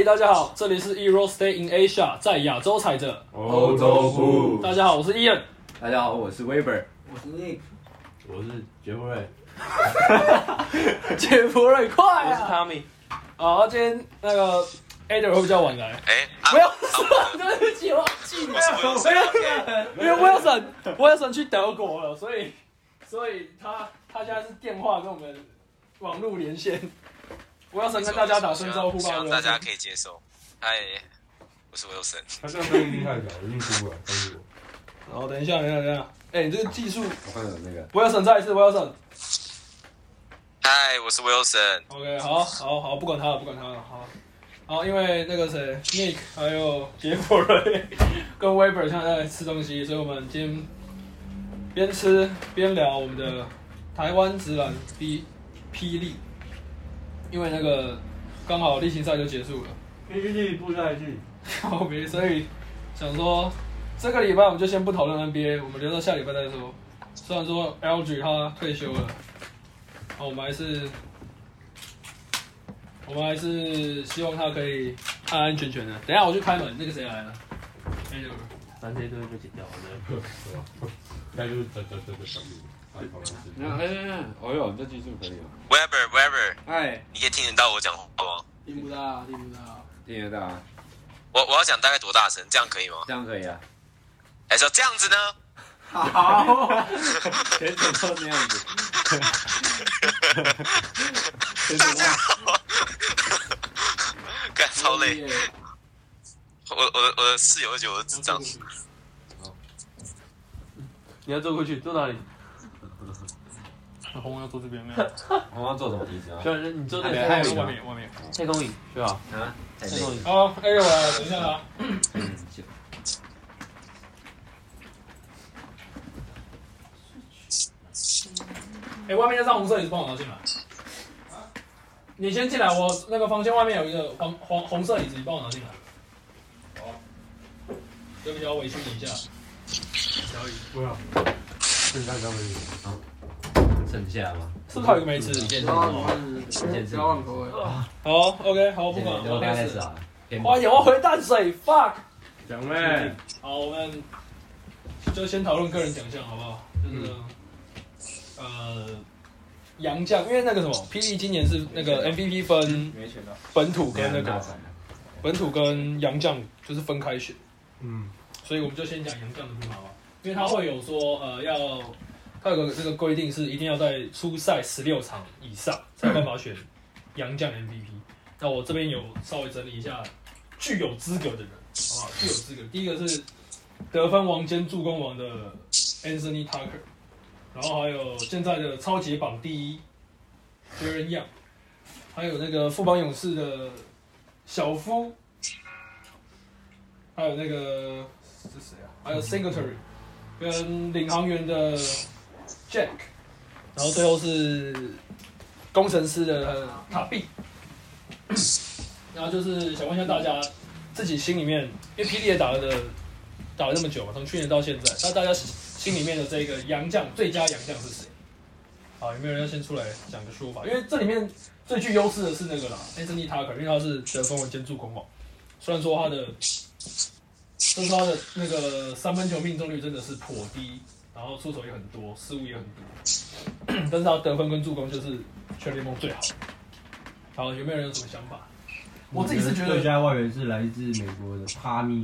大家好，这里是 Euro Stay in Asia， 在亚洲踩着欧洲步。 大家好，我是 Ian。 大家好，我是 Weber， 我是 Nick， 我是杰弗瑞。 杰弗瑞，快我是啊！ Tommy。 好，今天那个 Ada 会比较晚来。不要说，对不起，我忘记了。因为 Wilson 去德国了，所以他现在是电话跟我们网络连线。Wilson 跟大家打声招呼吧。 希望大家可以接受。嗨，我是 Wilson。 他这样声音太小，一定出不来，告诉我。 好，等一下。你这个技术我看到那个 ，Wilson 再一次 Wilson。 嗨，我是 Wilson。 OK， 好，不管他了，好，因为那个谁 Nick 还有杰弗瑞跟 Weber 现在在吃东西，所以我们今天边吃边聊我们的台湾职篮霹雳，因为那个刚好例行赛就结束了， 霹雳不赛季， 所以想说这个礼拜我们就先不讨论 NBA， 我们留到下礼拜再说。虽然说 LG 他退休了，好，我们还是希望他可以安安全全的。等一下我去开门，那个谁来了？ 反正这些都会被剪掉的。那就是小路， 哦哟，这技术可以哦。 Weber， 嗨， 你可以听得到我讲话吗？ 听不到。 听得到啊？ 我要讲大概多大声？这样可以吗？ 这样可以啊。 还是要这样子呢？ 好，全程都那样子。 大家好，干超累。我的室友会觉得我是智障。 你要坐过去，坐哪里？红要坐这边没有？ 我要坐什么椅子啊？ 对，你坐这边， 还有外面。 太空椅去啊！ 啊，太累。 好，我来了，等一下啊。外面那张红色椅子帮我拿进来。你先进来，我那个房间外面有一个红色椅子，你帮我拿进来。好，这比较委屈你一下。小雨， 不要，剩下交给你。 剩下吗？ 是不是还有一个没吃？ 交换口味。 好 ，OK， 好，不管， 我开始啊。 啊。 花眼，我要回淡水 ，fuck。 讲咩？ 好，我们就先讨论个人奖项，好不好？就是洋将，因为那个什么，霹雳今年是那个 MVP 分本土跟那个本土跟洋将就是分开选，所以我们就先讲洋将的部分好不好？因为他会有说他有个这个规定是一定要在初赛16场以上才有办法选洋将 MVP。那我这边有稍微整理一下具有资格的人，好不好？具有资格，第一个是得分王兼助攻王的 Anthony Tucker。然后还有现在的超级榜第一 Jaren Young， 还有那个富邦勇士的小夫，还有那个是谁啊？还有 Singletary 跟领航员的 Jack， 然后最后是工程师的塔比。然后就是想问一下大家自己心里面，因为霹雳也打了那么久嘛，从去年到现在，那大家心里面的这个洋将最佳洋将是谁？好，有没有人要先出来讲个说法？因为这里面最具优势的是那个啦 ，Anthony Tucker， 因为他是得分王兼助攻王。虽然说他的那个三分球命中率真的是颇低，然后出手也很多，失误也很多，但是他得分跟助攻就是全联盟最好。好，有没有人有什么想法？我自己是觉得最佳外援是来自美国的 Tommy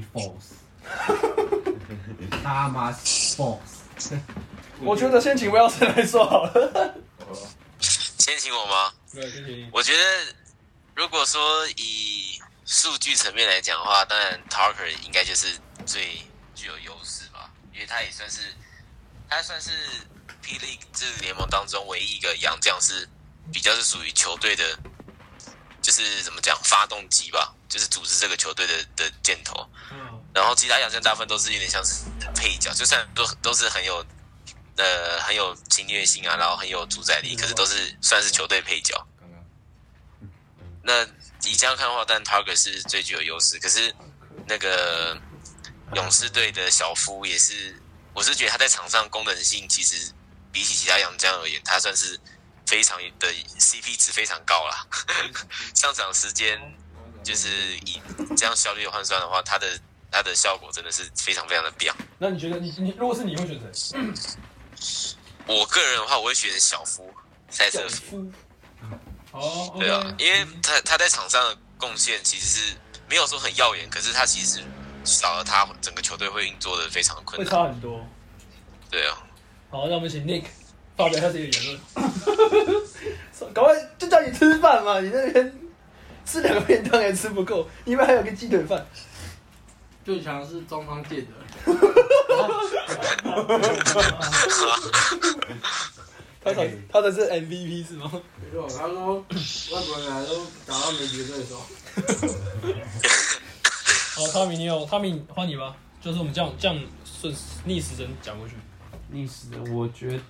Force，Thomas Force。 我觉得先请 Wilson 来说好了。 先请我吗？ 对，先请你。 我觉得如果说以数据层面来讲的话，当然 Tucker 应该就是最具有优势吧，因为他算是霹雳这个联盟当中唯一一个洋将是比较是属于球队的，就是怎么讲发动机吧，就是组织这个球队的箭头。然后其他洋将大部分都是有点像是配角，就算都是很有侵略性啊，然后很有主宰力，可是都是算是球队配角。那以这样看的话，但 Tucker 是最具有优势。可是那个勇士队的小夫也是，我是觉得他在场上功能性其实比起其他洋将而言，他算是非常的 CP 值非常高啦。上场时间就是以这样效率换算的话，它的效果真的是非常非常的棒。 那你觉得你如果是你会选谁？ 我个人的话，我会选小夫塞瑟夫。 哦， 对啊，因为他在场上的贡献其实是没有说很耀眼，可是他其实少了他，整个球队会运作的非常困难， 会差很多。 对啊。 好，那我们请 Nick 发表一下自己的言论。赶快就叫你吃饭嘛，你那边吃2个便当还吃不够，你们还有个鸡腿饭。 最强是中方界的。 他才是 MVP 是吗？ 没错，他说外国人来都打到没几个对手。 好，汤米换你吧，就是我们这样顺逆时针讲过去。 逆时针，我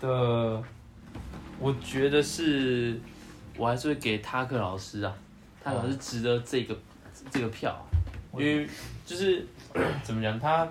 觉得是，我还是会给塔克老师啊，塔克老师值得这个票，因为就是怎么讲，他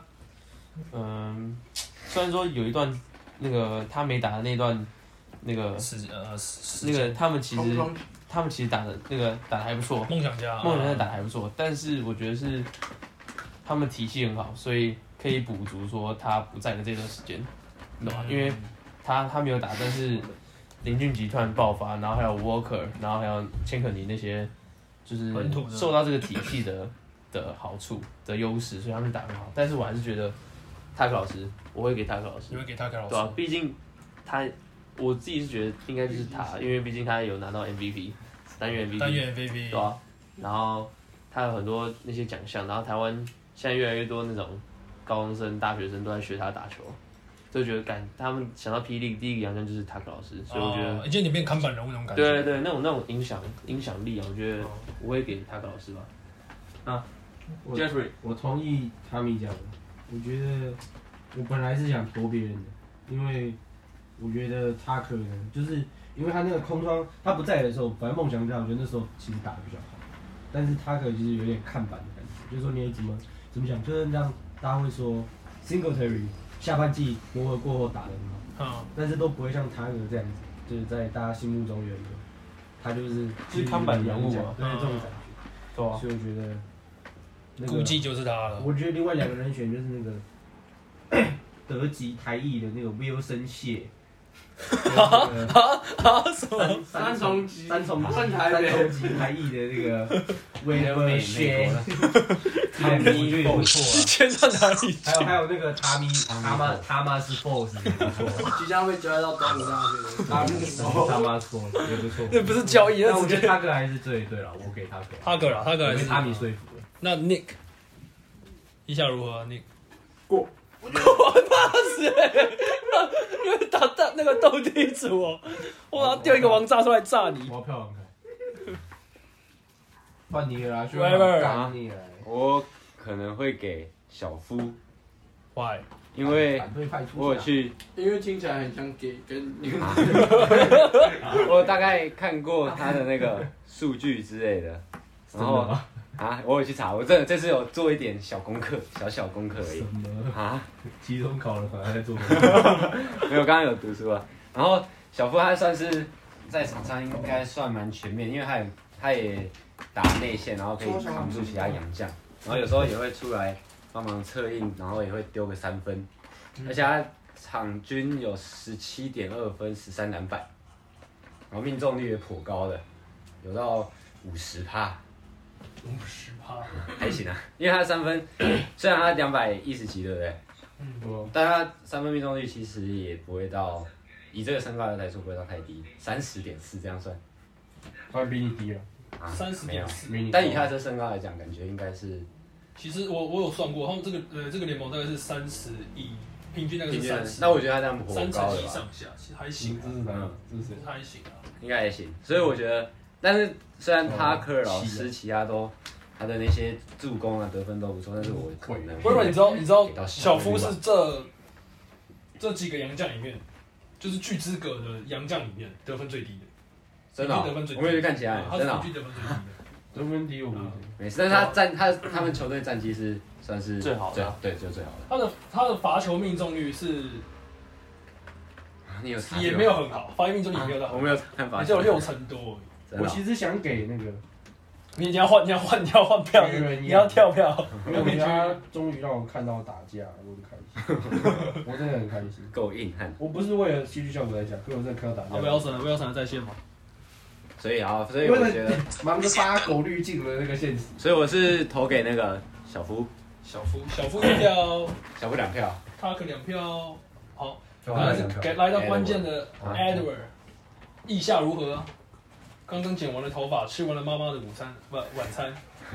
虽然说有一段那个他没打的那段那个他们其实打的还不错， 梦想家打的还不错，但是我觉得是他们体系很好，所以可以补足说他不在的这段时间，懂吗？因为他没有打，但是林俊杰突然爆发，然后还有 Walker， 然后还有千肯尼那些，就是受到这个体系的好处的优势，所以他们打得很好。但是我还是觉得塔克老师，我会给塔克老师。 你会给塔克老师？ 对啊，毕竟我自己是觉得应该就是他，因为毕竟他有拿到 MVP， 单元 MVP， 对啊。然后他有很多那些奖项，然后台湾现在越来越多那种高中生、大学生都在学他打球。就觉得他们想到霹雳第一个洋将就是塔克老师，所以我觉得， 就你变看板人物那种感觉。 对，那种影响力啊，我觉得我会给塔克老师吧。啊 ，Jeffrey， 我同意汤米讲的，我觉得我本来是想投别人的，因为我觉得他可能就是因为他那个空窗他不在的时候，反正梦想家我觉得那时候其实打得比较好，但是他可能就是有点看板的感觉，就是说你怎么讲，就是让大家会说 Singletary。下半季磨合过后打得很好，但是都不会像他这样子，就是在大家心目中有一个，他就是看板人物嘛，对这种感觉，对啊，所以我觉得， 估计就是他了。 我觉得另外2个人选就是那个德籍台裔的那个 Wilson 谢， 什么？ 三重级台裔的那个 Wilson 谢。 他们就也不错啊， 签到哪里？ 还有那个他妈是 Force 也不错， 即将被交易到东吴大学。 他妈 Force 也不错。 那不是交易， 那我觉得他哥还是对了，我给他哥。 他哥还是他米说服了。 那 Nick， 意下如何 ？Nick 过。 我怕死！因为打那个斗地主哦，我要丢一个王炸出来炸你。 我要票很开。换你了啦，需要干你了。 我可能会给小夫 ，Why？ 因为我有去， 因为听起来很像给跟你。 我大概看过他的那个数据之类的，然后我有去查，我真的这次有做一点小功课，小功课而已。 什么啊？ 期中考了，反而在做。 没有，刚刚有读书啊。然后小夫他算是在场上应该算蛮全面，因为他也打内线，然后可以扛住其他洋将，然后有时候也会出来帮忙策应，然后也会丢个3分，而且他场均有17.2分、13篮板，然后命中率也颇高的，有到50%。还行啊，因为他3分虽然他210几，对不对？但他3分命中率其实也不会到，以这个身高来说不会到太低，30.4这样算， 当然比你低了。 30.4， 但以他这身高来讲，感觉应该是。 其实我有算过，他们这个联盟大概是31，平均那个是30。 那我觉得他这样颇高了吧？ 3成上下，其实还行。这是还行啊。 应该还行，所以我觉得，但是虽然他科尔老师其他都他的那些助攻啊、得分都不错，但是我可能。 不然你知道小夫是这几个洋将里面，就是具资格的洋将里面得分最低的。 真的，我没有去看其他人，真的。 得分低我没事，但是他们球队战绩是算是最好的， 对，就最好的。 他的罚球命中率是， 你有也没有很好，罚球命中率也没有到， 我没有看罚球，只有6成多而已。 我其实想给那个你要换票，你要跳票。 因为我觉得他终于让我看到打架，我很开心，我真的很开心。 够硬汉。 我不是为了戏剧效果来讲，可我真的看到打架。 威尔森在线吗？ 所以我觉得忙着发狗滤镜的那个现实。 所以我是投给那个小夫小夫1票， 小夫2票 Tucker 2票。好， 来来到关键的 Edward， 意下如何啊？刚刚剪完了头发，吃完了妈妈的晚餐。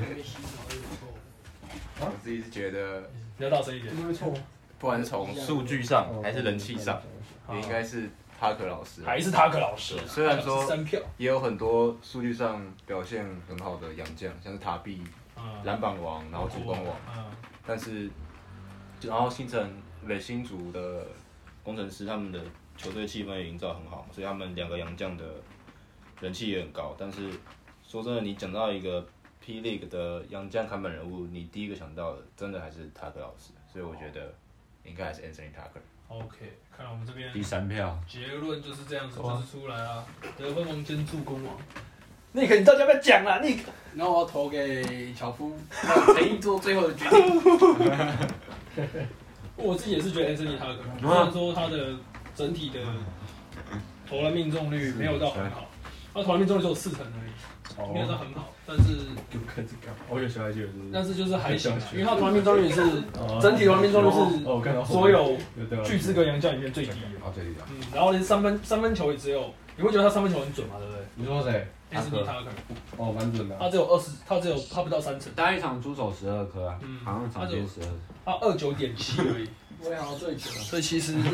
我自己是觉得， 你要大声一点。 没错。 不管是从数据上还是人气上，也应该是Tucker老师。 还是Tucker老师。 虽然说 3票， 也有很多数据上表现很好的洋将，像是塔比、篮板王，然后助攻王，但是然后新竹的工程师他们的球队气氛也营造很好，所以他们2个洋将的人气也很高。但是说真的，你讲到一个 P League 的洋将看板人物，你第一个想到的真的还是Tucker老师，所以我觉得应该还是 Anthony Tucker。OK， 看来我们这边第3票， 结论就是这样子，就是出来了，得分王兼助攻王。你到底要不要讲啊？ 然后我要投给乔夫，让陈毅做最后的决定。 我自己也是觉得 Anthony Tucker， 虽然说他的整体的投篮命中率没有到很好，他投篮命中率只有4成而已，没有到很好，但是我有小孩就有， 但是就是还行，因为他投篮命中率是整体投篮命中率是所有巨资格洋将里面最低的。 最低的。 然后连三分球也只有，你会觉得他3分球很准嘛，对不对？ 你说谁 ？Anthony Tucker。 哦，蛮准的。 他不到3成。 他一场出手12颗啊，好像场均12。 他29.7而已。 我也好像最久。 所以其实就是，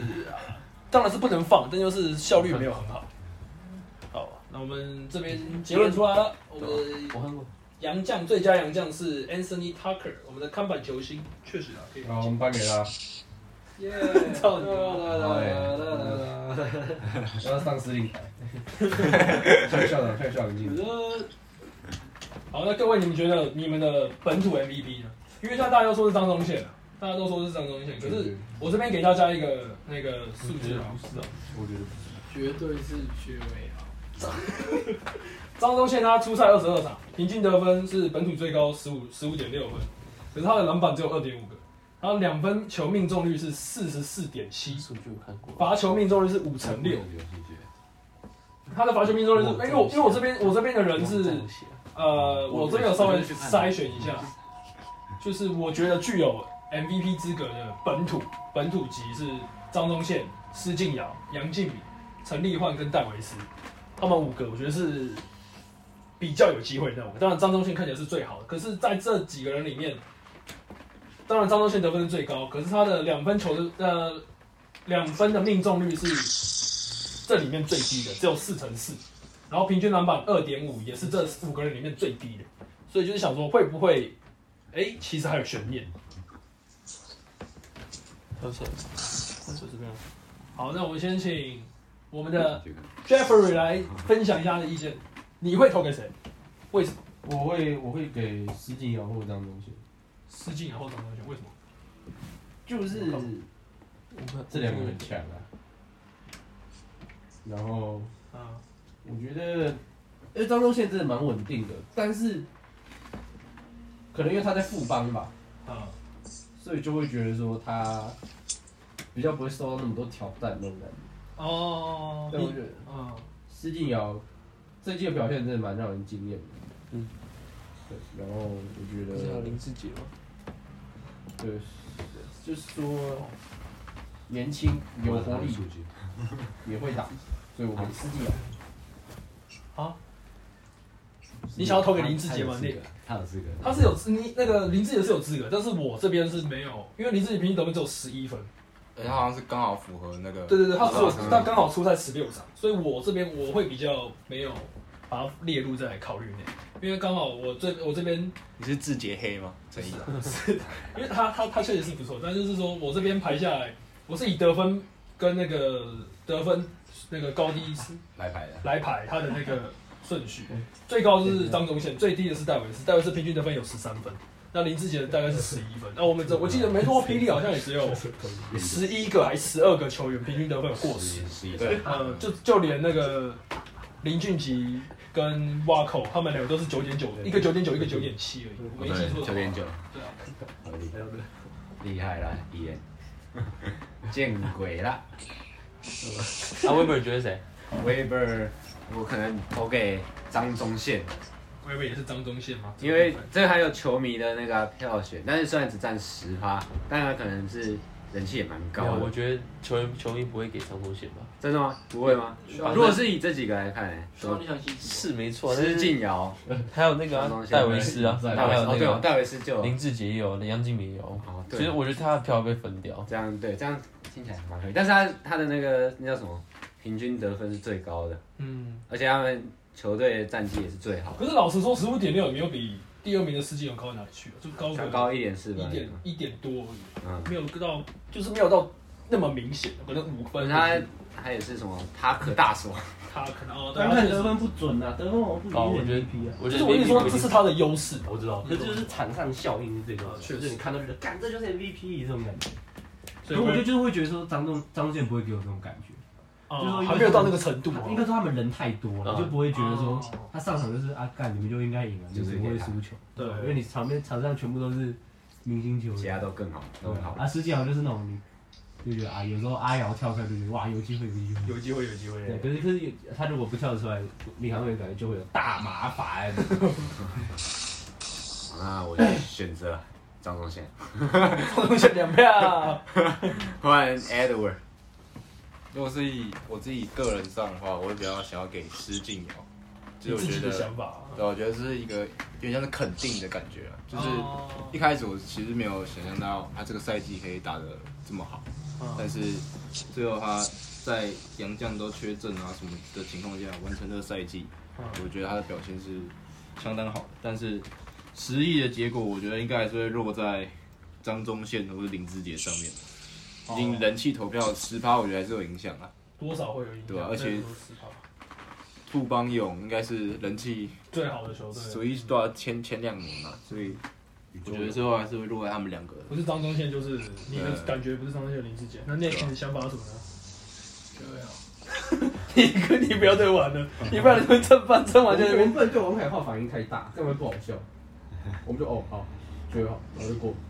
当然是不能放，但就是效率没有很好。好，那我们这边结论出来了，我们洋将最佳洋将是 Anthony Tucker， 我们的看板球星，确实啊，可以。 好，我们颁给他。 耶！操你妈！ 我要上司令台。看校长进。 好，那各位你们觉得你们的本土 MVP 呢？因为大家都说是张宗宪，可是我这边给大家一个那个数据啊， 我觉得绝对是薛伟豪。 张宗宪他出赛22场，平均得分是本土最高15.6分，可是他的篮板只有2.5个，他2分球命中率是44.7%， 数据我看过， 罚球命中率是5/6。他的罚球命中率是，因为我这边的人是，我这边有稍微筛选一下，就是我觉得具有 MVP 资格的本土级是张宗宪、施晋尧、杨敬敏、陈立焕跟戴维斯，他们5个我觉得是比较有机会的。当然张宗宪看起来是最好的，可是在这几个人里面，当然张宗宪得分是最高，可是他的2分的命中率是这里面最低的，只有4/4，然后平均篮板2.5也是这5个人里面最低的，所以就是想说会不会，其实还有悬念。喝水这边。好，那我们先请我们的 Jeffrey 来分享一下他的意见，你会投给谁？为什么？ 我会给施晋尧或张宗宪。 施晋尧或张宗宪，为什么？ 就是这2个很强啊。然后，我觉得，因为张宗宪真的蛮稳定的，但是可能因为他在富邦吧，所以就会觉得说他比较不会受到那么多挑战那种感觉。 哦， 但我觉得，施晋尧这一季的表现真的蛮让人惊艳的。对，然后我觉得。 还有林志杰吗？ 对，就是说年轻有活力，也会打。所以我们施晋尧。 好，你想要投给林志杰吗？ 他有资格。 他是有那个林志杰是有资格，但是我这边是没有，因为林志杰平均得分只有11分。 他好像是刚好符合那个。 对，他刚好出赛16场，所以我这边我会比较没有把它列入在考虑内，因为刚好我这边你是志杰黑吗？陈毅是，因为他确实是不错，但就是说我这边排下来，我是以得分跟那个得分。那个高低来排他的那个顺序，最高是张宗宪，最低的是戴维斯，戴维斯平均得分有13分，那林志杰大概是11分。那我记得没错，霹雳好像也只有11个还12个球员平均得分有过10，对，就连那个林俊杰跟瓦口他们两个都是9.9，一个9.9，一个9.7而已。我没记错的话。 9.9。 对啊。 厉害啦，伊人，见鬼啦！ 威伯觉得谁？ 威伯，我可能投给张宗宪。 威伯也是张宗宪吗？ 因为这还有球迷的那个票选，但是虽然只占10%，但他可能是人气也蛮高的。 我觉得球迷不会给张宗宪吧？ 真的吗？不会吗？如果是以这几个来看， 是没错， 施晋尧， 还有那个戴维斯啊，还有那个戴维斯就林志杰也有，杨敬敏也有。哦，其实我觉得他的票被分掉。 这样对，这样听起来蛮可以。但是他的那个那叫什么，平均得分是最高的。而且他们球队的战绩也是最好的。 可是老实说，15.6也没有比第2名的施晋尧高到哪里去，就高 1.4吧 ，1点多而已，没有到，就是没有到那么明显，可能5分。 他也是什么塔可大锁， 他可能哦， 但看得分不准啊，得分王不赢 MVP 啊。 就是我跟你说，这是他的优势， 我知道，这就是场上效应是最高的，就是你看到觉得，干这就是 MVP 这种感觉。所以我就是会觉得说张健不会给我这种感觉。就是说还没有到那个程度， 应该说他们人太多了，就不会觉得说他上场就是啊干你们就应该赢了，就是不会输球。对，因为你场上全部都是明星球员， 其他都更好，都很好。 啊，施晋尧就是那种你就觉得啊，有时候阿瑶跳出来就觉得哇有机会。对，可是他如果不跳得出来，领航员感觉就会有大麻烦。 那我就选择张宗宪。 张宗宪2票， 换 Edward。 如果是以我自己个人上的话，我会比较想要给施晋尧，就是我觉得，对，我觉得是一个有点像是肯定的感觉啊。就是一开始我其实没有想象到他这个赛季可以打得这么好，但是最后他在洋将都缺阵啊什么的情况下完成这个赛季，我觉得他的表现是相当好的。但是实力的结果，我觉得应该还是会落在张宗宪或者林志杰上面。毕竟人气投票10%，我觉得还是有影响啊。 多少会有影响， 对吧？而且富邦勇应该是人气最好的球队， 属于都要前2名嘛，所以我觉得最后还是会落在他们2个。 不是张宗宪，就是你的感觉不是张宗宪，林志杰。那你的想法是什么呢？你不要对我玩了，你不然你会蹭完在那边。 我们不能对王凯浩反应太大，这样会不好笑。我们就好，觉得好，然后就过。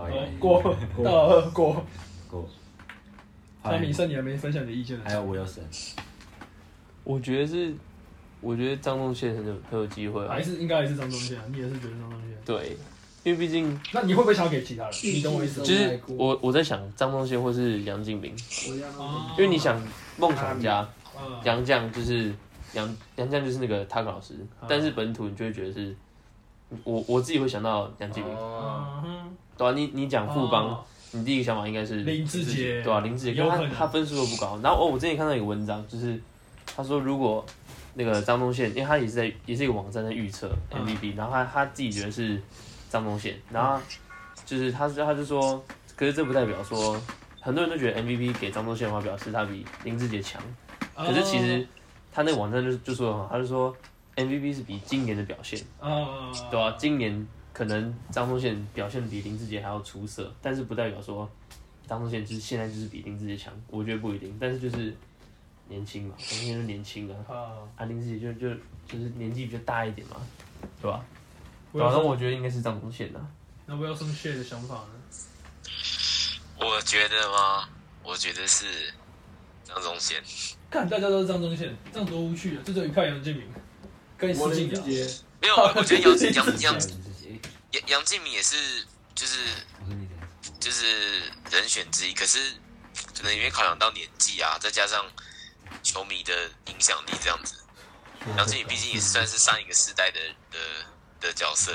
过。那米胜，你还没分享你的意见呢？ 还有Wilson， 我觉得张宗宪很有机会啊， 应该还是张宗宪，你也是觉得张宗宪？ 对，因为毕竟， 那你会不会想要给其他人？你懂我意思吗？ 就是我在想张宗宪或是杨敬明，因为你想梦想家，杨将就是杨将就是那个塔克老师，但是本土你就会觉得是，我自己会想到杨敬明，对啊，你讲富邦。你第一个想法应该是林志杰， 对啊，林志杰，因为他分数又不高。然后我之前看到一个文章，就是他说如果那个张宗宪，因为他也是一个网站在预测 MVP，然后他自己觉得是张宗宪，然后就是他就说，可是这不代表说很多人都觉得 MVP 给张宗宪的话，表示他比林志杰强。可是其实他那个网站就说得很好，他就说 MVP 是比今年的表现，对啊，今年。可能张宗宪表现比林志杰还要出色，但是不代表说张宗宪就是现在就是比林志杰强，我觉得不一定。但是就是年轻嘛，张宗宪就年轻啊，林志杰就是年纪比较大一点嘛，对吧？然后我觉得应该是张宗宪的。 那我要送谢的想法呢？ 我觉得吗？我觉得是张宗宪。 看大家都是张宗宪，这样多无趣啊！就只有一票杨敬明跟施晋尧。 没有，我觉得杨敬明也是，就是人选之一，可是可能因为考量到年纪啊，再加上球迷的影响力这样子，杨敬明毕竟也算是上一个世代的角色，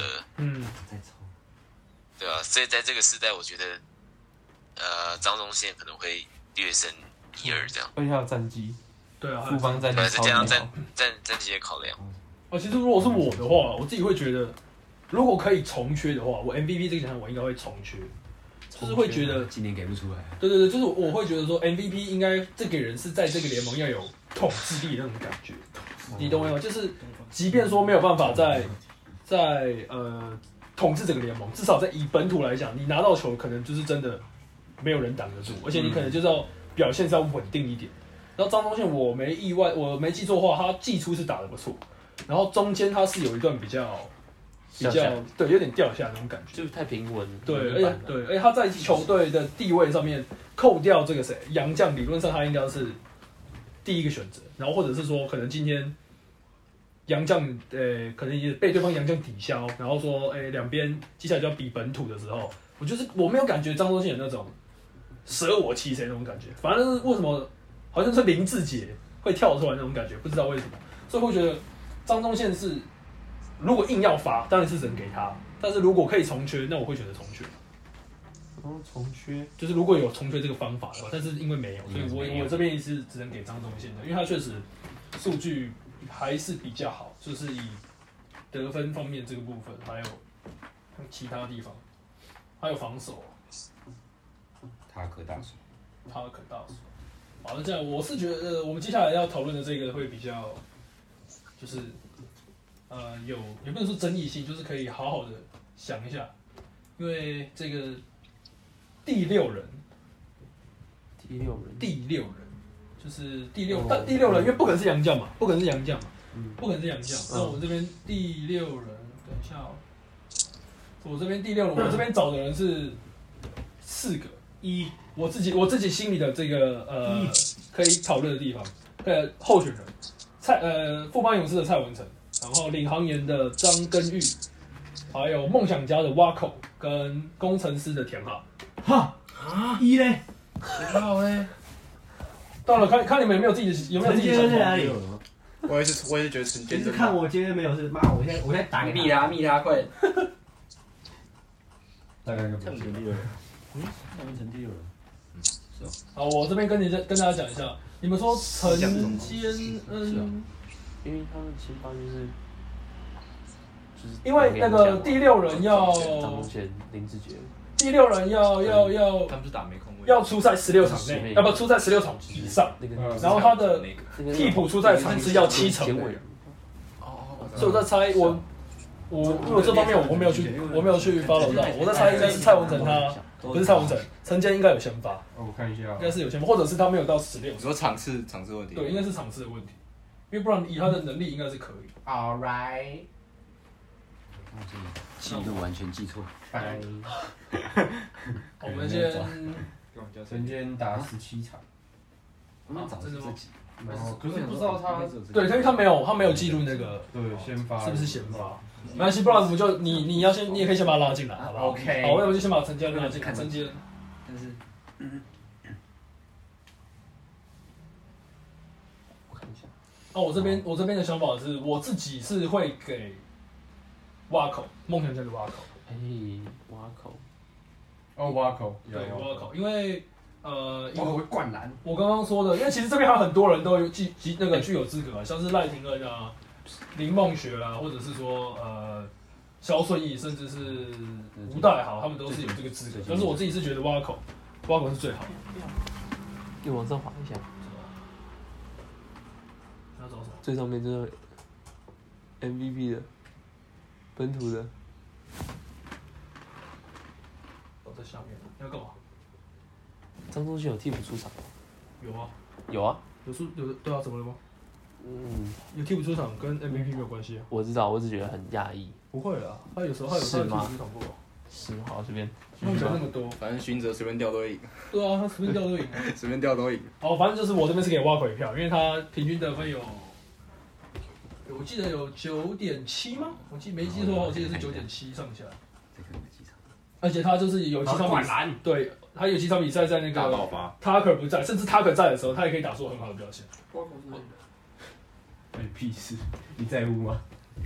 对啊，所以在这个世代，我觉得张宗宪可能会略胜1、2这样。 而且还有战绩， 对啊， 富邦战绩， 再加上战绩的考量。 其实如果是我的话，我自己会觉得。如果可以重缺的话，我 MVP 这个奖项我应该会重缺，就是会觉得今年给不出来。 对，就是我会觉得说 MVP 应该这个人是在这个联盟要有统治力的那种感觉，你懂我吗？就是即便说没有办法在统治整个联盟，至少在以本土来讲，你拿到球可能就是真的没有人挡得住，而且你可能就是要表现是要稳定一点。 然后张宗宪我没意外，我没记错的话，他季初是打得不错，然后中间他是有一段比较对有点掉下那种感觉， 就是太平稳。 对，而且他在球队的地位上面扣掉这个谁杨将，理论上他应该是第一个选择，然后或者是说可能今天杨将可能也被对方杨将抵消，然后说两边接下来就要比本土的时候，我没有感觉张宗宪有那种舍我其谁那种感觉，反正是为什么好像是林志杰会跳出来那种感觉，不知道为什么，所以会觉得张宗宪是如果硬要发，当然是只能给他，但是如果可以重缺，那我会选择重缺。 重缺就是如果有重缺这个方法的话，但是因为没有，所以我这边也是只能给张宗宪的，因为他确实数据还是比较好，就是以得分方面这个部分，还有其他地方，还有防守， 他可大手。 好，那这样我是觉得我们接下来要讨论的这个会比较，就是也不能说争议性，就是可以好好的想一下，因为这个第六人就是第六人，因为不可能是洋将嘛，不可能是洋将。那我这边第六人，等一下哦，我这边第六人，我这边找的人是4个。我自己心里的这个可以讨论的地方，候选人富邦勇士的蔡文成，然后领航员的张根玉，还有梦想家的挖口跟工程师的田浩。 哈一嘞， 田浩嘞，到了看你们有没有自己想法？ 在哪里？ 我也是觉得陈坚就是看我今天没有事，妈，我现在打给密他，快点！ 大概就不陈第六人， 陈第六人。 好，我这边跟大家讲一下，你们说陈坚因为他们先发就是因为那个第六人要张宗宪、林志杰， 第六人要他们是打没空位， 要出赛16场内，要不出赛16场以上，然后他的替补出赛场次要7成。所以我在猜我因为这方面我没有去 follow 到，我在猜应该是蔡文成他不是蔡文成，陈坚应该有先发， 我看一下， 应该是有先发，或者是他没有到16。 你说场次问题？ 对，应该是场次的问题，因为不然以他的能力应该是可以。 All right， 记录完全记错。 拜。 我们先陈坚打17场， 真的吗？ 可是不知道他， 对，因为他没有记录那个对先发是不是先发？没关系，不然我们就你也可以先把他拉进来，好不好 ？OK。 好，我就先把陈坚拉进来。陈坚， 但是， 我看一下。 我这边的想法是，我自己是会给挖口，梦想家的挖口。 挖口。 挖口， 对，挖口，因为我会灌篮。 我刚刚说的，因为其实这边还有很多人都有具有资格啊，像是赖廷恩啊、林梦雪啊，或者是说肖顺义，甚至是吴代豪，他们都是有这个资格。但是我自己是觉得挖口是最好的。 你往上滑一下。 要找什么？ 最上面就是 MVP 的，本土的。 在下面，要干嘛？ 张宗宪有替补出场吗？ 有啊， 有对啊，怎么了吗？有替补出场跟 MVP 没有关系啊。 我知道，我只觉得很讶异。 不会啦，他有替补出场过。 是吗？好，这边梦想那么多， 反正勋哲随便调都赢。 对啊，他随便调都赢。 随便调都赢。 好，反正就是我这边是给挖口一票，因为他平均得分我记得有9.7吗？没记错的话，我记得是9.7上下。而且他就是有几场比赛，对，他有几场比赛在那个 Tucker 不在，甚至 Tucker 在的时候，他也可以打出很好的表现。 屁事，你在乎吗？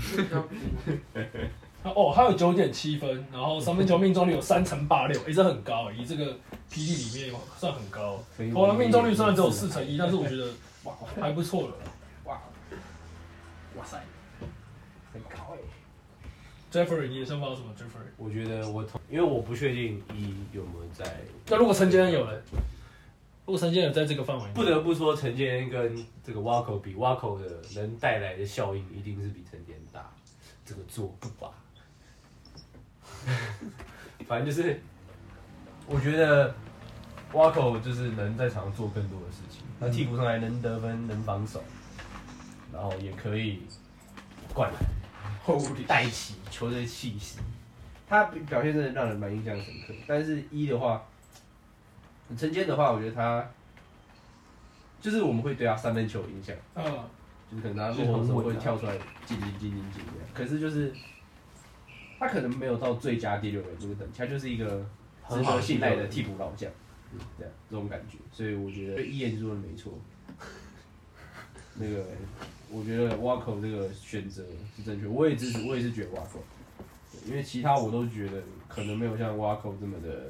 他有9.7分，然后三分球命中率有3成86，这很高，以这个霹雳里面算很高。投篮命中率虽然只有4成1，但是我觉得还不错了。 哇塞，很高 Jeffrey， 你的想法是什么 ？Jeffrey， 我觉得因为我不确定有没有在。 那如果陈坚有嘞？如果陈坚有在这个范围， 不得不说陈坚跟这个挖口比，挖口的能带来的效应一定是比陈坚大。这个做不吧？反正就是，我觉得挖口就是能在场上做更多的事情，他替补上来能得分，能防守，然后也可以灌篮，带起球队气势。他表现真的让人蛮印象深刻。但是的话，陈坚的话，我觉得他就是我们会对他三分球有影响，就是可能他落后的时候会跳出来进这样。可是就是他可能没有到最佳第6人这个等级，他就是一个值得信赖的替补老将。这种感觉，所以我觉得一言说的没错。我觉得挖口这个选择是正确，我也支持，我也是觉得挖口，因为其他我都觉得可能没有像挖口这么的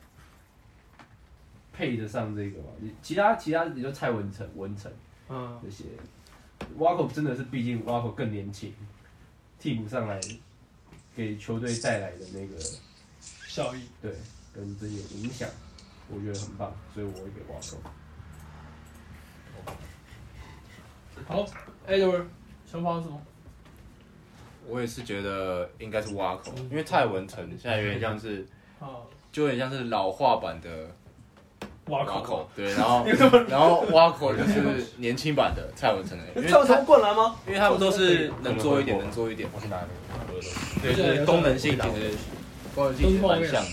配得上这个吧。其他也就蔡文成这些，挖口真的是，毕竟挖口更年轻，替补上来给球队带来的那个效益， 对，跟这些影响。我觉得很棒，所以我会给挖口。 好 ，Edward， 想法是什么？ 我也是觉得应该是挖口，因为蔡文成现在有点像是，就有点像是老化版的挖口， 对，然后挖口就是年轻版的蔡文成因为蔡文成灌篮吗？ 因为他们都是能做一点。 我去拿那个对，就是功能性其实蛮像的。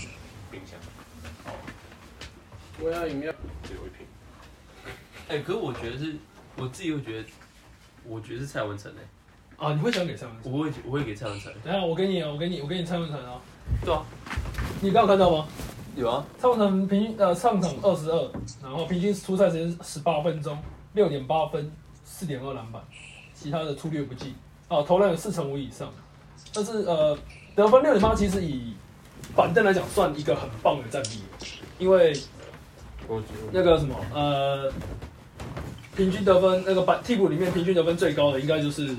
我要饮料， 只有一瓶。可是我觉得是，我自己会觉得，我觉得是蔡文成你会想给蔡文成？ 我会给蔡文成。 等下我给你蔡文成啊。 对啊。 你刚有看到吗？ 有啊。 蔡文成平均上场22，然后平均出赛时间18分钟，6.8分，4.2篮板，其他的粗略不计。投篮有45%以上，但是得分6.8其实以板凳来讲算一个很棒的战力，因为那个什么平均得分那个替补里面平均得分最高的应该就是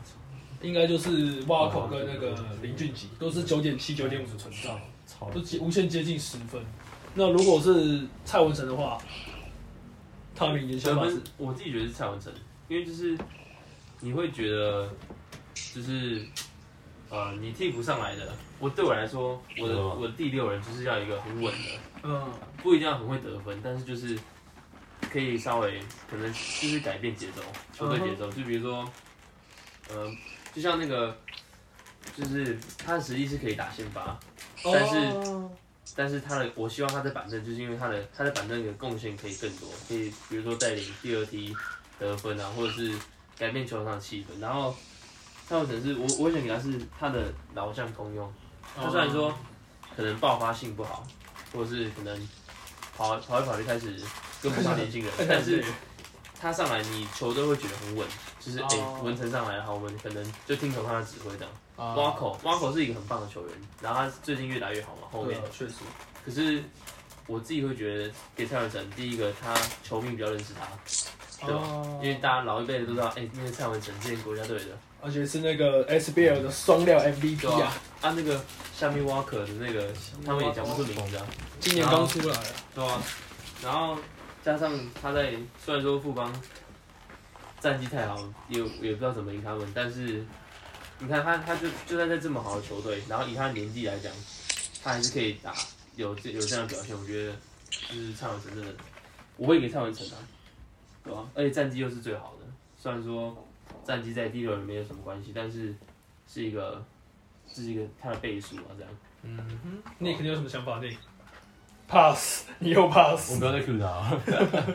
挖口跟那个林俊杰，都是9.7、9.5的存在，都无限接近10分。那如果是蔡文成的话，他明年想法是， 我自己觉得是蔡文成，因为就是你会觉得就是你替补上来的，对我来说，我的第6人就是要一个很稳的，不一定要很会得分，但是就是可以稍微可能就是改变节奏，球队节奏，就比如说，就像那个，就是他的实力是可以打先发，但是我希望他在板凳，就是因为他在板凳的贡献可以更多，可以比如说带领第2梯得分啊，或者是改变球场上的气氛，然后。蔡文成是我想给他是他的老将功用，他虽然说可能爆发性不好，或者是可能跑就开始跟不上年轻人，但是他上来你球队会觉得很稳，就是文成上来了，好，我们可能就听从他的指挥这样。挖口是一个很棒的球员，然后他最近越来越好嘛，后面确实。 可是我自己会觉得给蔡文成，第一个他球迷比较认识他，对吧？因为大家老一辈的都知道，那是蔡文成之前国家队的。而且是那个 SBL 的双料 MVP 啊！ 那个下面挖克的那个，他们也讲不出名字啊。 今年刚出来啊。 对啊。然后加上他在虽然说富邦战绩太好，也不知道怎么赢他们，但是你看他就算在这么好的球队，然后以他的年纪来讲，他还是可以打有这样的表现，我觉得就是蔡文成真的，我会给蔡文成啊，对吧？而且战绩又是最好的，虽然说。战绩在第6人没有什么关系，但是这是一个他的倍数啊，这样。 Nick 你有什么想法 ？Nick pass， 你又 pass。 我不要再 Q 他了。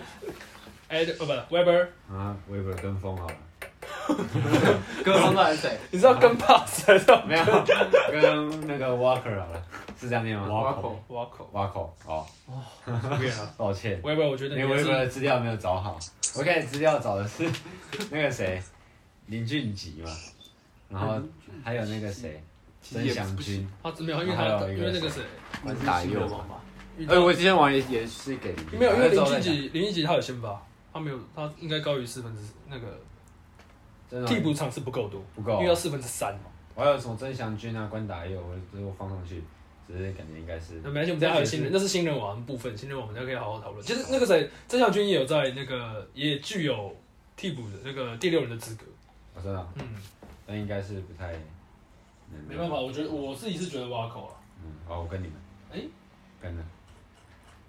Weber。 Weber 跟风好了。 跟风的还是谁？ 你知道跟 pass 还是没有？跟那个 Walker 好了，是这样念吗？ 挖口。 哦。抱歉。 Weber 我觉得因为 Weber 的资料没有找好，我看资料找的是那个谁。林俊杰嘛，然后还有那个谁，曾祥军， 没有，因为那个谁， 关打佑嘛。我今天玩也是给没有，因为林俊杰他有先发，他没有，他应该高于4分之那个替补场次不够多，因为要3/4。 我还有什么曾祥军啊、关打佑，我放上去，只是感觉应该是。 没关系，我们等下还有新人，那是新人王部分，新人王我们大家可以好好讨论。其实那个谁，曾祥军也有在那个也具有替补的那个第6人的资格。 真的，那应该是不太， 没办法，我自己是觉得挖口了。 好，我跟你们，跟了，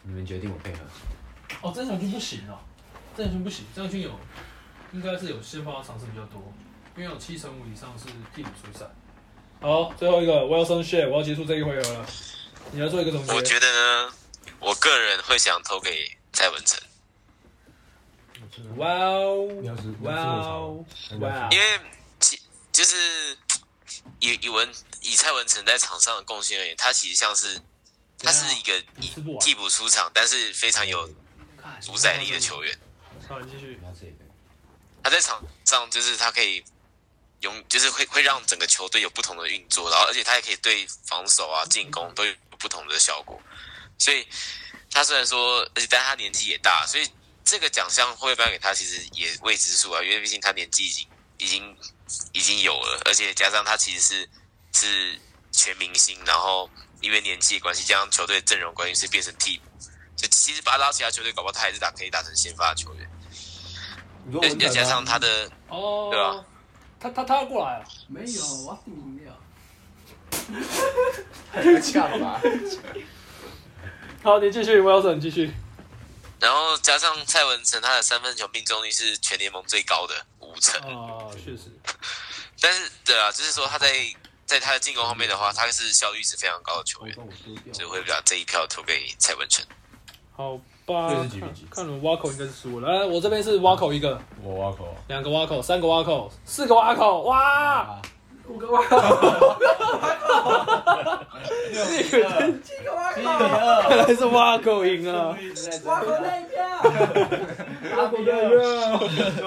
你们决定，我配合。 哦，曾祥军不行哦，曾祥军不行，曾祥军应该是有先发场次比较多，因为有75%以上是替补出赛。好，最后一个 Wilson Shea， 我要结束这一回合了，你来做一个总结。 我觉得呢，我个人会想投给蔡文成。 哇哦，哇哦，哇哦！ 因为就是以蔡文成在场上的贡献而言，他其实像是他是一个替补出场，但是非常有主宰力的球员。 好，你继续。 他在场上就是他可以就是会让整个球队有不同的运作，然后而且他也可以对防守啊、进攻都有不同的效果。所以他虽然说，而且但他年纪也大，所以这个奖项会颁给他其实也未知数啊，因为毕竟他年纪已经有了，而且加上他其实是全明星，然后因为年纪的关系，加上球队阵容关系是变成替补，就其实把他拉其他球队，搞不好他还是可以打成先发的球员。再加上他的对吧？ 他要过来了？ 没有，我要订饮料。 太呛了吧？ 好，你继续 ，Wilson 你继续。 然后加上蔡文成，他的3分球命中率是全联盟最高的50%。 哦，确实。 但是对啊，就是说他在他的进攻方面的话，他是效率是非常高的球员，所以我会把这一票投给蔡文成。 好吧，看你们挖口应该是输了。来，我这边是挖口一个， 我挖口 2个挖口，3个挖口，4个挖口，哇 5个挖口 ，7个挖口， 看来是挖口赢啊！ 挖口那一票， 挖口那一票，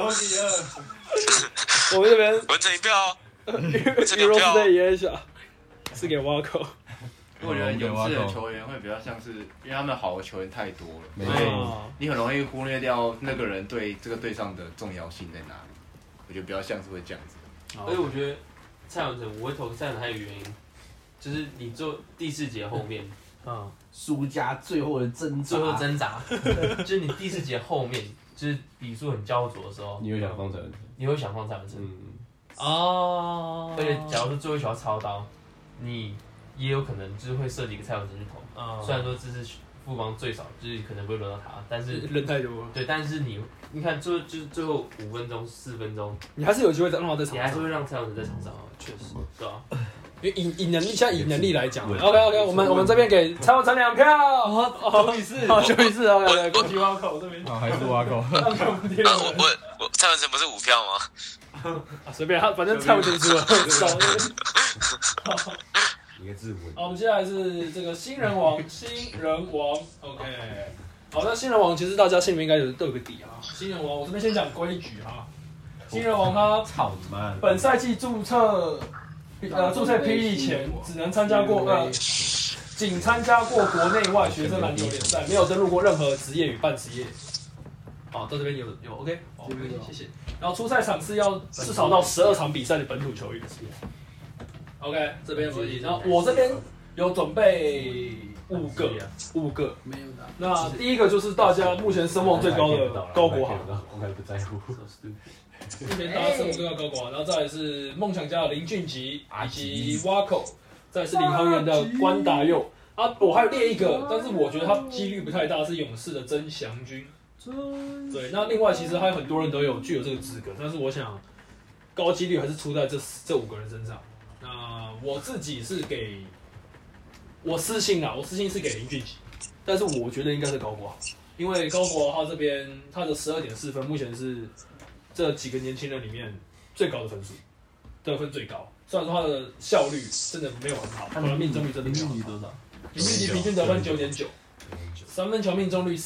我们这边文成一票， Euro Stay 也想是给挖口。 我觉得勇士的球员会比较像是，因为他们好的球员太多了，所以你很容易忽略掉那个人对这个队上的重要性在哪里。我觉得比较像是会这样子。 而且我觉得蔡文成，我会投蔡文成还有原因，就是你做第4节后面， 输家最后的挣扎， 就是你第4节后面，就是比数很焦灼的时候， 你会想放蔡文成， 你会想放蔡文成， 哦， 而且假如说最后一球要操刀，你也有可能就是会设计一个蔡文成去投，虽然说这是富邦最少，就是可能不会轮到他，但是人太多了。 对，但是你看就是最后5分钟、4分钟， 你还是有机会让他在场上， 你还是会让蔡文成在场上， 确实， 对吧？ 因为以能力，现在以能力来讲 ，OK， 我们这边给蔡文成2票，9比4，好9比4 ，OK， 恭喜挖口这边， 还是挖口， 我蔡文成不是5票吗？ 随便他，反正蔡文成输了， 一个字母。 好，我们接下来是这个新人王 ，OK。好，那新人王其实大家心里面应该都有个底啊。新人王，我这边先讲规矩哈。新人王他操你妈！ 本赛季注册霹雳前只能参加过仅参加过国内外学生篮球联赛，没有登录过任何职业与半职业。好，到这边有 OK， 好，谢谢。然后出赛场次要至少到12场比赛的本土球员。OK， 这边可以。然后我这边有准备5个， 没有的。 那第一个就是大家目前声望最高的高国豪， 我还不在乎。 目前大家声望最高的高国豪，然后再来是梦想家的林俊吉以及挖口，再来是领航员的关达佑。啊，我还有列一个，但是我觉得他几率不太大，是勇士的曾祥军。对，那另外其实还有很多人都具有这个资格，但是我想高几率还是出在这5个人身上。那我自己是给我私心是给林俊吉，但是我觉得应该是高国豪，因为高国豪他这边他的12.4分，目前是这几个年轻人里面最高的分数，得分最高。虽然说他的效率真的没有很好，他的命中率真的没有很好。多少？林俊吉平均得分9.9，三分球命中率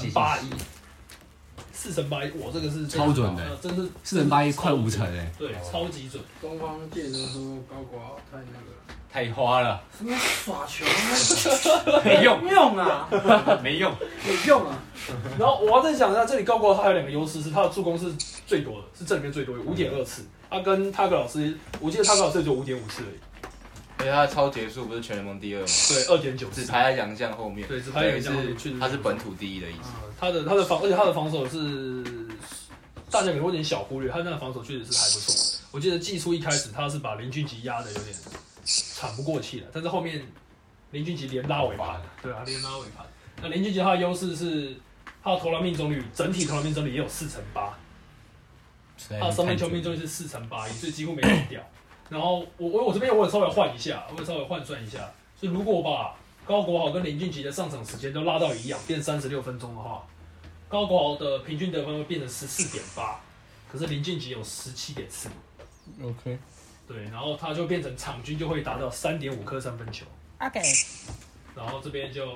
4×81。4×81，我这个是超准的， 真是 4×81快5成哎， 对，超级准。 东方界人说高国豪太那个了， 太花了， 什么耍球没用啊， 没用。 然后我要再讲一下，这里高国豪还有2个优势，是他的助攻是最多的，是这里面最多，有5.2次。他跟塔克老师，我记得塔克老师只有5.5次而已。 而且他的超节数不是全联盟第2吗？ 对，2.9次， 只排在洋将后面。 对，只排在洋将后面， 他是本土第1的意思。 他的而且他的防守是大家可能会有点小忽略，他那个防守确实是还不错。我记得季初一开始他是把林俊吉压的有点喘不过气了，但是后面林俊吉连拉尾盘，对啊，连拉尾盘。 那林俊杰他的优势是他的投篮命中率，整体投篮命中率也有4成8，他的三分球命中率是4成8，所以几乎没停掉。然后我这边我也稍微换一下，我也稍微换算一下，所以如果我把高国豪跟林俊杰的上场时间都拉到一样，变36分钟的话，高国豪的平均得分会变成14.8，可是林俊杰有17.4。 OK。 对，然后他就变成场均就会达到3.5颗三分球。 OK。 然后这边就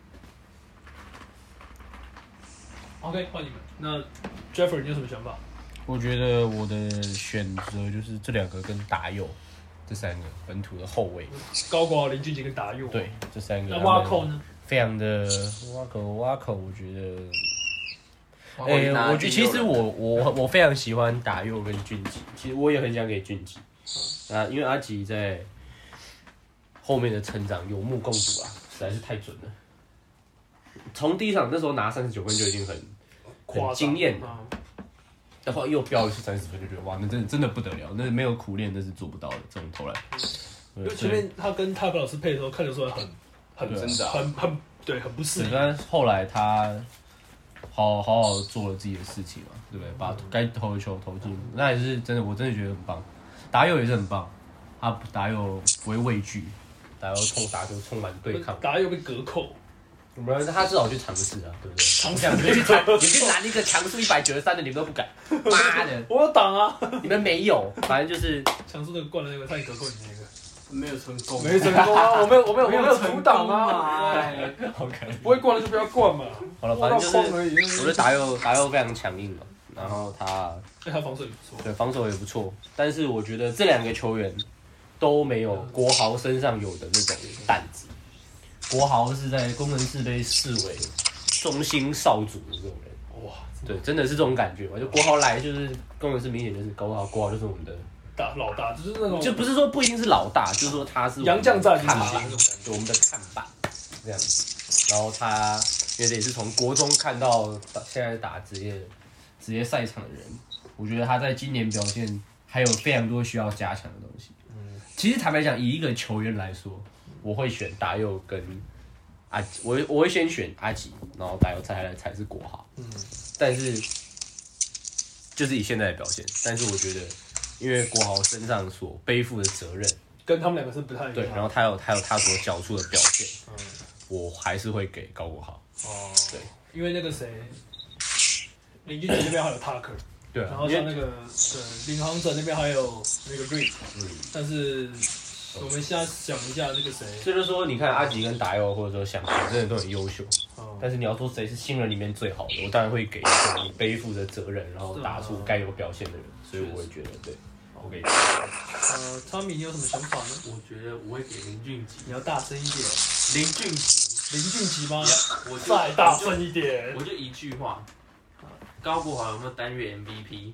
OK 换你们。那 Jeffrey 你有什么想法？ 我觉得我的选择就是这2个跟达佑这3个本土的后卫， 高国豪、林俊杰跟达佑。 对，这3个。 那挖扣呢？ 非常的挖口，我觉得。我觉得其实我非常喜欢达佑跟俊吉，其实我也很想给俊吉。因为阿吉在后面的成长有目共睹啊，实在是太准了。从第一场那时候拿39分就已经很惊艳了，然后又飙一次30分，就觉得哇，那真的不得了，那没有苦练那是做不到的这种投篮。 因为前面他跟泰克老师配的时候，看得出来很挣扎，很不适应。 但后来他好做了自己的事情嘛，对不对？把该投的球投进，那也是真的，我真的觉得很棒。达佑也是很棒，他达佑不会畏惧，达佑打球充满对抗。 达佑被隔扣， 他至少去尝试啊，对不对？尝试，你去拿一个强速193的，你们都不敢，妈的！ 我有挡啊， 你们没有，反正就是强速那个灌的那个，他隔扣你那个。 没有成功， 没成功啊！我没有阻挡啊！ OK， 不会灌的就不要灌嘛。 好了，反正就是我觉得达佑非常强硬嘛，然后他防守也不错， 对，防守也不错，但是我觉得这2个球员都没有国豪身上有的那种胆子。国豪是在工程师被视为中心少主的这种人，哇，对，真的是这种感觉嘛？就国豪来就是工程师明显就是国豪就是我们的。 老大就是那种， 就不是说不一定是老大，就是说他是洋将战看板，对我们的看板这样子。然后他因为也是从国中看到现在打职业赛场的人，我觉得他在今年表现还有非常多需要加强的东西。其实坦白讲，以一个球员来说，我会选达佑跟阿吉，我会先选阿吉，然后达佑才是国豪。但是就是以现在的表现，但是我觉得。因为国豪身上所背负的责任， 跟他们2个是不太一样。 对，然后他有他所缴出的表现，我还是会给高国豪。对， 因为那个谁，林俊杰那边还有 Tucker， 对， 然后像那个领航者那边还有那个 Reed，但是我们现在想一下那个谁， 所以就说你看阿吉跟达佑或者说想真的都很优秀，但是你要说谁是新人里面最好的，我当然会给你背负着责任，然后打出该有表现的人，所以我会觉得对。OK。 汤米，你有什么想法呢？ 我觉得我会给林俊吉。 你要大声一点。 林俊吉吗？ 我再大声一点。 我就一句话，高国豪有没有单月 MVP？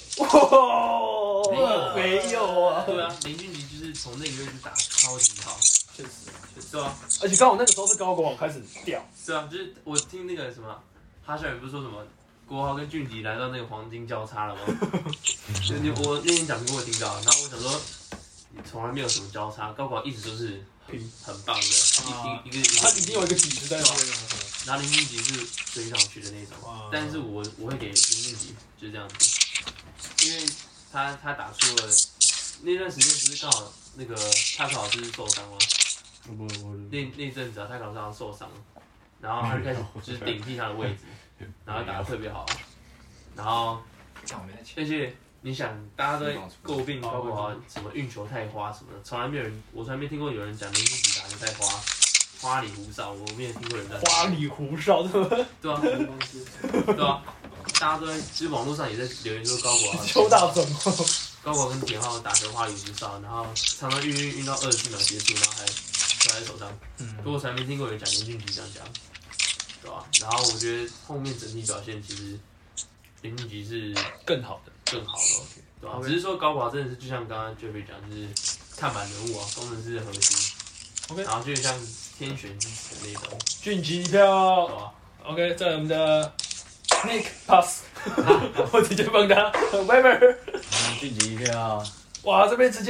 没有啊。 对啊，林俊吉就是从那个月就打超级好， 确实， 对啊。 而且刚好那个时候是高国豪开始掉。 对啊，就是我听那个什么哈校园不是说什么。国豪跟俊吉来到那个黄金交叉了吗？我那天讲过，我听到，然后我想说，你从来没有什么交叉，高国豪一直都是很棒的，一个他已经有一个底子在那边了。 然后林俊吉是追上去的那种，但是我会给林俊吉就是这样子，因为他打出了那段时间不是刚好那个泰克老师受伤吗？那阵子啊，泰克老师受伤，然后他就开始就是顶替他的位置。然后打得特别好，然后，而且你想，大家都在诟病高国豪什么运球太花什么的，我从来没听过有人讲林俊杰打得太花里胡哨，我没有听过人这样。 花里胡哨，对吧？ 对啊，对啊，大家都在，其实网络上也在留言说高国豪。 邱大准。 高国豪跟田浩打球花里胡哨，然后常常运到24秒结束，然后还摔在手上。不过我从来没听过有人讲林俊杰这样讲。对吧？然后我觉得后面整体表现其实林俊杰是更好的， 对吧？只是说高国豪真的是就像刚刚 Jeffrey 讲，就是看板人物啊，工程师的核心。OK， 然后就像天选之子那种。 俊吉一票。对吧 ？OK， 在我们的 Nick Pass， 我直接帮他 Weber。 俊吉一票。 哇，这边直接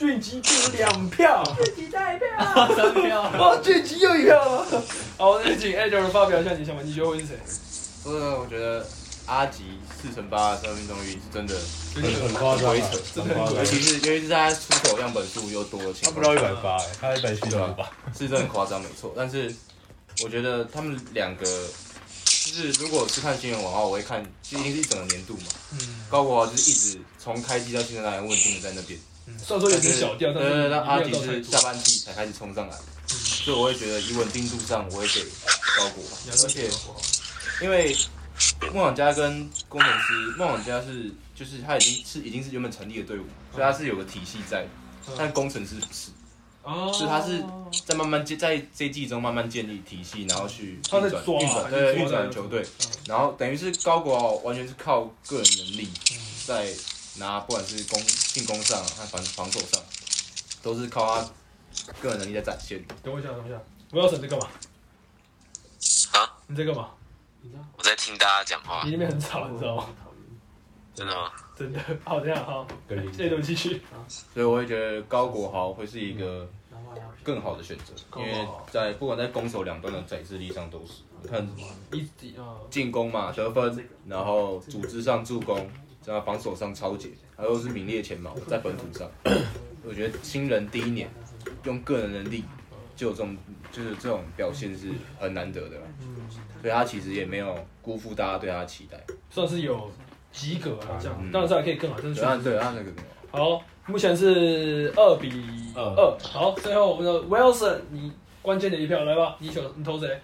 俊吉进2票， 自己带票 3票， 哇，俊吉又1票了。好，我再请 Angel 发表一下你想法，你觉得会是谁？ 我觉得阿吉4×8的3分命中率是真的很夸张， 真的很夸张， 尤其是他出手样本数又多的情况， 他不到180，他178吧， 是真的夸张，没错。但是我觉得他们2个，就是如果是看新人王的话，我会看，就一定是一整个年度嘛。高国豪就是一直从开机到现在稳定的在那边。 虽然说有点小调，但是阿吉是下半季才开始冲上来，所以我会觉得以稳定度上，我会给高国豪。而且因为梦想家跟工程师，梦想家就是他已经是原本成立的队伍，所以他是有个体系在，但工程师不是。所以他是在在这一季中慢慢建立体系，然后去运转球队，然后等于是高国豪完全是靠个人能力在拿，不管是进攻上和防守上，都是靠他个人能力在展现。 等我一下，Wilson 在干嘛？ 啊？ 你在干嘛？ 我在听大家讲话。 你那边很吵，你知道吗？ 真的吗？ 真的。好，这样好，这轮继续。 所以我会觉得高国豪会是一个更好的选择，因为不管在攻守两端的载质力上都是。你看，进攻嘛得分，然后组织上助攻，然后防守上超解，还有是名列前茅在本土上。我觉得新人第一年用个人能力就有这种表现是很难得的啦。所以他其实也没有辜负大家对他的期待， 算是有及格啊，这样，当然还可以更好，但是对他那个好，目前是2-2。好，最后我们的 Wilson， 你关键的一票来吧，你投谁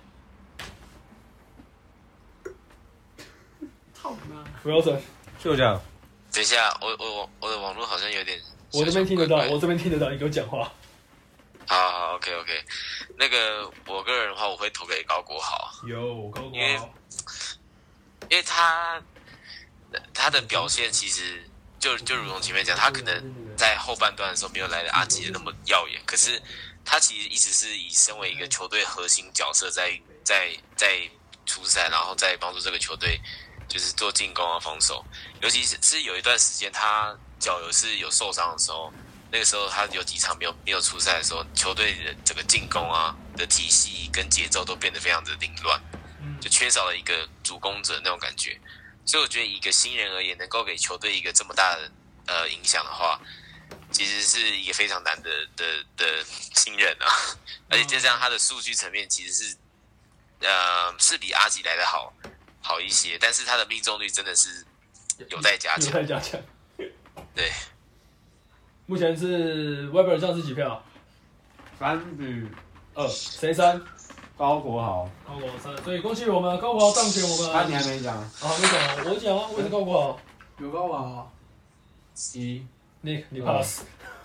？Wilson， 就这样。 等一下，我的网络好像有点， 我这边听得到，你给我讲话。 好 ，OK， 那个我个人的话，我会投给高国豪。 高国豪， 因为他的表现其实就如同前面讲，他可能在后半段的时候没有来的阿吉的那么耀眼，可是他其实一直是以身为一个球队核心角色在出赛，然后再帮助这个球队就是做进攻啊、防守，尤其是有一段时间他脚有受伤的时候。那个时候他有几场没有出赛的时候，球队的整个进攻啊的体系跟节奏都变得非常的凌乱，就缺少了一个主攻者那种感觉。所以我觉得以一个新人而言，能够给球队一个这么大的影响的话，其实是一个非常难的新人啊。而且再加上他的数据层面其实是比阿吉来的好一些，但是他的命中率真的是有待加强。对。 目前是 Weber 这样是几票 ？3-2， 谁3？ 高国豪。 高国豪3，所以恭喜我们高国豪当选我们。 你还没讲啊？ 没讲啊，我讲啊，我也是高国豪。 有高国豪。 你 pass。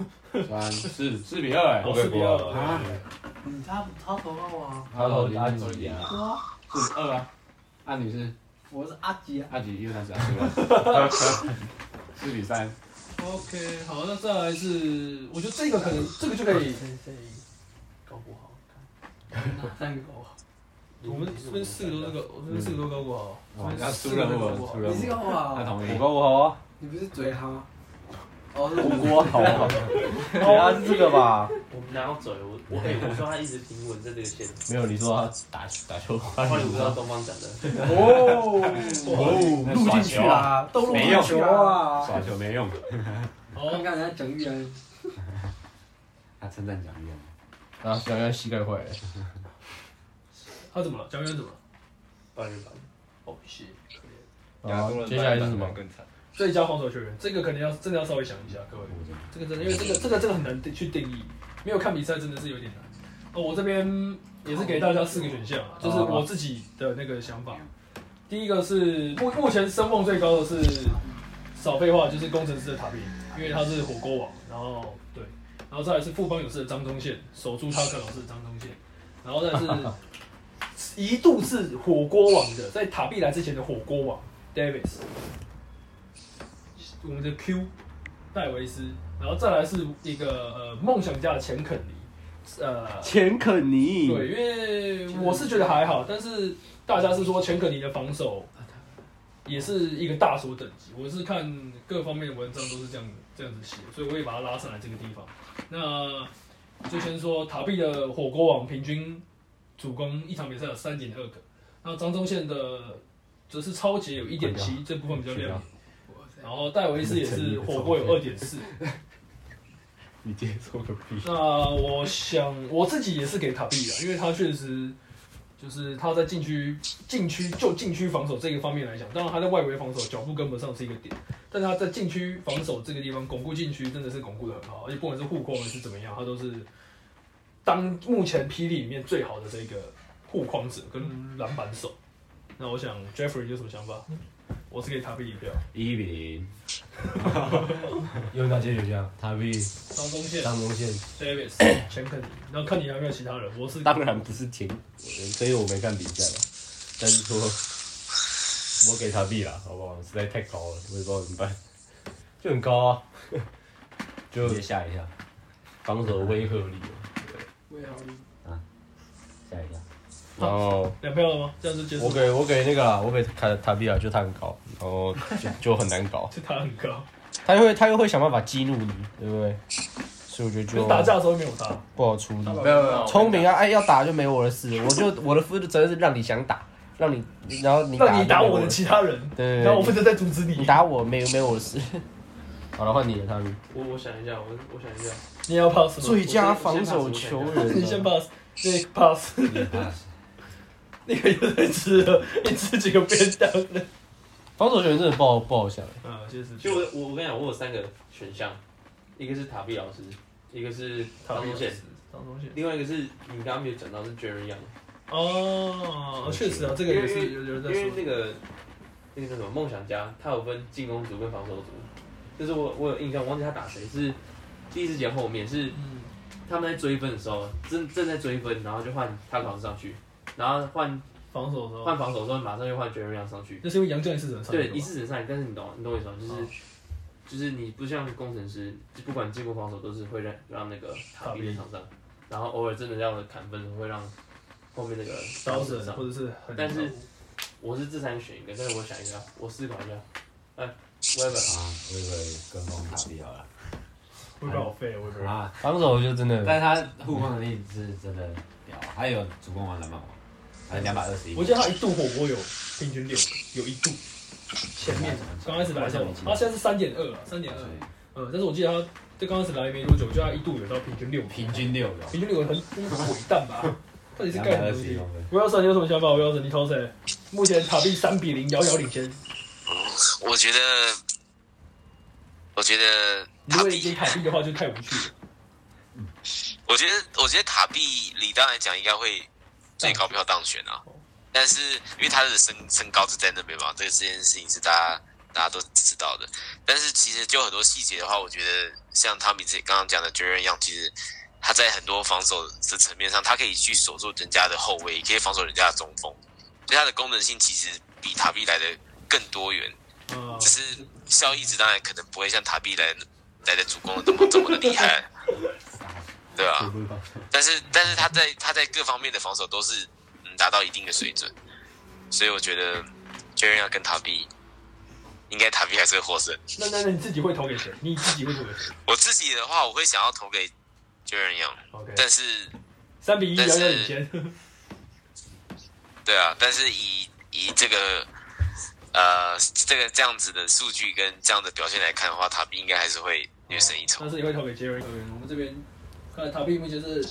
4-2 哦，4-2 啊！他投高国豪。 他投阿吉啊。4-2啊。阿女是？ 我是阿吉啊。 阿吉，因为他是阿吉。4-3。 OK， 好，那再来是，我觉得这个就可以。高国豪，看3个高国豪。我们这边4个都高国豪。 他出任务了， 你是高国豪？ 他同意。 我高国豪啊。 你不是嘴哈？ 我国豪啊。他是这个吧？ 我哪有嘴？我说他一直平稳在这个线。 没有，你说他打球。 你不知道东方讲的。 录进去啦，都录进去啦。 耍球没用。 刚刚人家蒋玉安， 他称赞蒋玉安。 然后蒋玉安膝盖坏了。 他怎么了？蒋玉安怎么了？ 半月板。 哦，是。 然后接下来是什么？ 最佳防守球员，这个可能真的要稍微想一下，各位。这个真的，因为这个很难去定义，没有看比赛真的是有点难。我这边也是给大家4个选项，就是我自己的那个想法。第一个是目前声望最高的是少废话，就是工程师的塔比，因为他是火锅王，然后对，然后再来是富邦勇士的张宗宪，守住他克老师的张宗宪，然后再是一度是火锅王的，在塔比来之前的火锅王 Davis。我们的 Q 戴维斯，然后再来是一个梦想家的钱肯尼， 钱肯尼， 对，因为我是觉得还好，但是大家是说钱肯尼的防守也是一个大所等级，我是看各方面的文章都是这样这样子写，所以我也把它拉上来这个地方。那就先说塔比的火锅王平均主攻一场比赛有3.2个，那张宗宪的则是超节有1.7，这部分比较亮眼。然后戴维斯也是火锅有2.4。 你接受个屁！ 那我想我自己也是给塔比的，因为他确实就是他在禁区防守这个方面来讲，当然他在外围防守脚步跟不上是一个点，但是他在禁区防守这个地方巩固禁区真的是巩固的很好，而且不管是护框还是怎么样，他都是目前霹雳里面最好的这个护框者跟篮板手。那我想 Jeffrey 有什么想法？我是给塔比一票。 1-0。 有哪些选项？塔比、 张宗宪、Davis、Champion， 然后看你还有没有其他人。我是当然不是前所以我没看比赛嘛。但是说，我给塔比啦，好不好？实在太高了，我也不知道怎么办。就很高啊，就直接下一下， 防守威慑力。 威慑力啊，下一下。 然后 2票了吗？这样就结束。 我给那个啦，我给塔比啦，就他很高，然后就很难搞。 就他很高， 他又会想办法激怒你，对不对？所以我觉得就打架的时候没有他， 不好处理。 没有， 聪明啊！要打就没我的事，我的负责是让你想打，让你打我的其他人， 对， 然后我负责在阻止你。 你打我没有我的事。好了，换你了，塔比。 我想一下，我想一下。 你要 pass 吗？ 最佳防守球员。 你先 pass， 你 pass。那个又在吃了，你吃几个便当了？ 防守球员真的不好想。 确实。 其实我跟你讲，我有3个选项，一个是塔比老师，一个是张宗宪，另外一个是你刚刚没有讲到是 Jerry Young。 哦，确实啊，这个也是有人在说。 因为那个叫什么梦想家，他有分进攻组跟防守组。就是我有印象，忘记他打谁，是第4节后面是他们在追分的时候，正在追分，然后就换他老师上去。然后换防守的时候，马上又换 Jerry Young 上去。 那是因为杨绛一次只能上。 对，一次只能上，但是你懂我意思吗？就是你不像工程师，不管进攻防守都是会让那个塔比在场上，然后偶尔真的要砍分会让后面那个刀神或者是。 但是我是这3个选一个，但是我想一下，我思考一下。Weber 啊，Weber 跟风塔比好了。 Weber 好废，Weber 啊， 防守就真的， 但是他护框能力是真的屌，还有主攻王、篮板王，还有221。 我记得他一度火锅有平均6，有一度。前面刚开始来的时候，他现在是3.2啊，3.2。但是我记得他这刚开始来没多久，就他一度有到平均6。 平均6 很鬼蛋吧？到底是干什么东西？Wilson 你有什么想法？Wilson 你投谁？目前塔比3-0遥遥领先。 我觉得如果你给塔比的话，就太无趣了。 我觉得塔比理当来讲应该会最高票当选啊，但是因为他的身高是在那边嘛，这件事情是大家都知道的。但是其实就很多细节的话，我觉得像汤米刚刚讲的 Jerry Young， 其实他在很多防守的层面上，他可以去守住人家的后卫，也可以防守人家的中锋，所以他的功能性其实比塔比来的更多元。只是效益值当然可能不会像塔比来的主攻这么的厉害，对吧？但是他在各方面的防守都是达到一定的水准，所以我觉得 Jerry Young 跟塔比，应该塔比还是会获胜。 那你自己会投给谁？你自己会投给谁？ 我自己的话，我会想要投给 Jerry Young， 但是 3-1遥遥领先。 对啊，但是以这个这样子的数据跟这样的表现来看的话，塔比应该还是会略胜一筹。 但是你会投给杰瑞。我们这边看来塔比目前是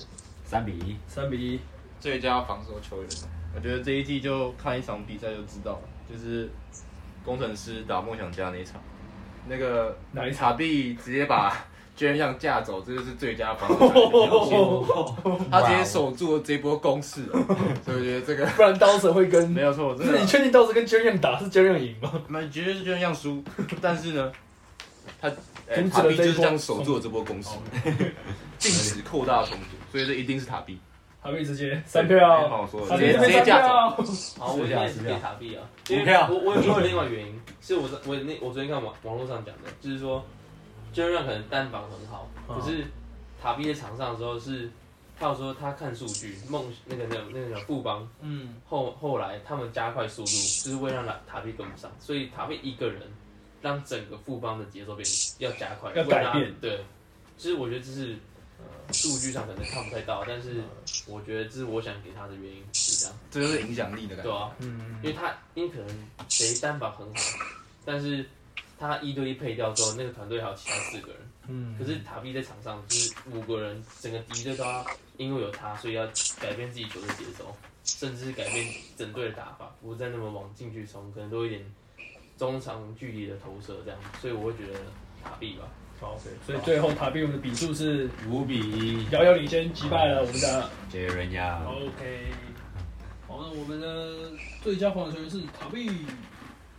3-1。 最佳防守球员，我觉得这一季就看一场比赛就知道了，就是工程师打梦想家那一场，那个塔比直接把Jerry Young架走，这就是最佳防守球员。他直接守住了这波攻势，所以我觉得这个不然刀神会跟没有错， 不是你确定刀神跟Jerry Young打是Jerry Young赢吗？ 绝对是Jerry Young输，但是呢，塔比就是这样守住了这波攻势，禁止扩大冲突，所以这一定是塔比。 塔比直接3票， 直接架走。 好，我也是给塔比啊 ，5票。 我有另外原因，是我昨天看网络上讲的，就是说Jerry Young可能单防很好，可是塔比在场上的时候他有说他看数据，那个富邦，后来他们加快速度，就是为了让塔比跟不上，所以塔比一个人让整个富邦的节奏要加快， 要改变。 对，其实我觉得这是数据上可能看不太到，但是我觉得这是我想给他的原因是这样。 这就是影响力的感觉。 对啊，因为可能谁单防很好，但是他1对1配掉之后，那个团队还有其他4个人。可是塔比在场上就是5个人，整个敌队都要因为有他，所以要改变自己球的节奏，甚至是改变整队的打法，不再那么往进去冲，可能多一点中长距离的投射这样。所以我会觉得塔比吧。 好，所以最后塔比我们的比数是 5-1， 遥遥领先击败了我们的杰伦呀。 OK， 好，那我们的最佳防守球员是塔比。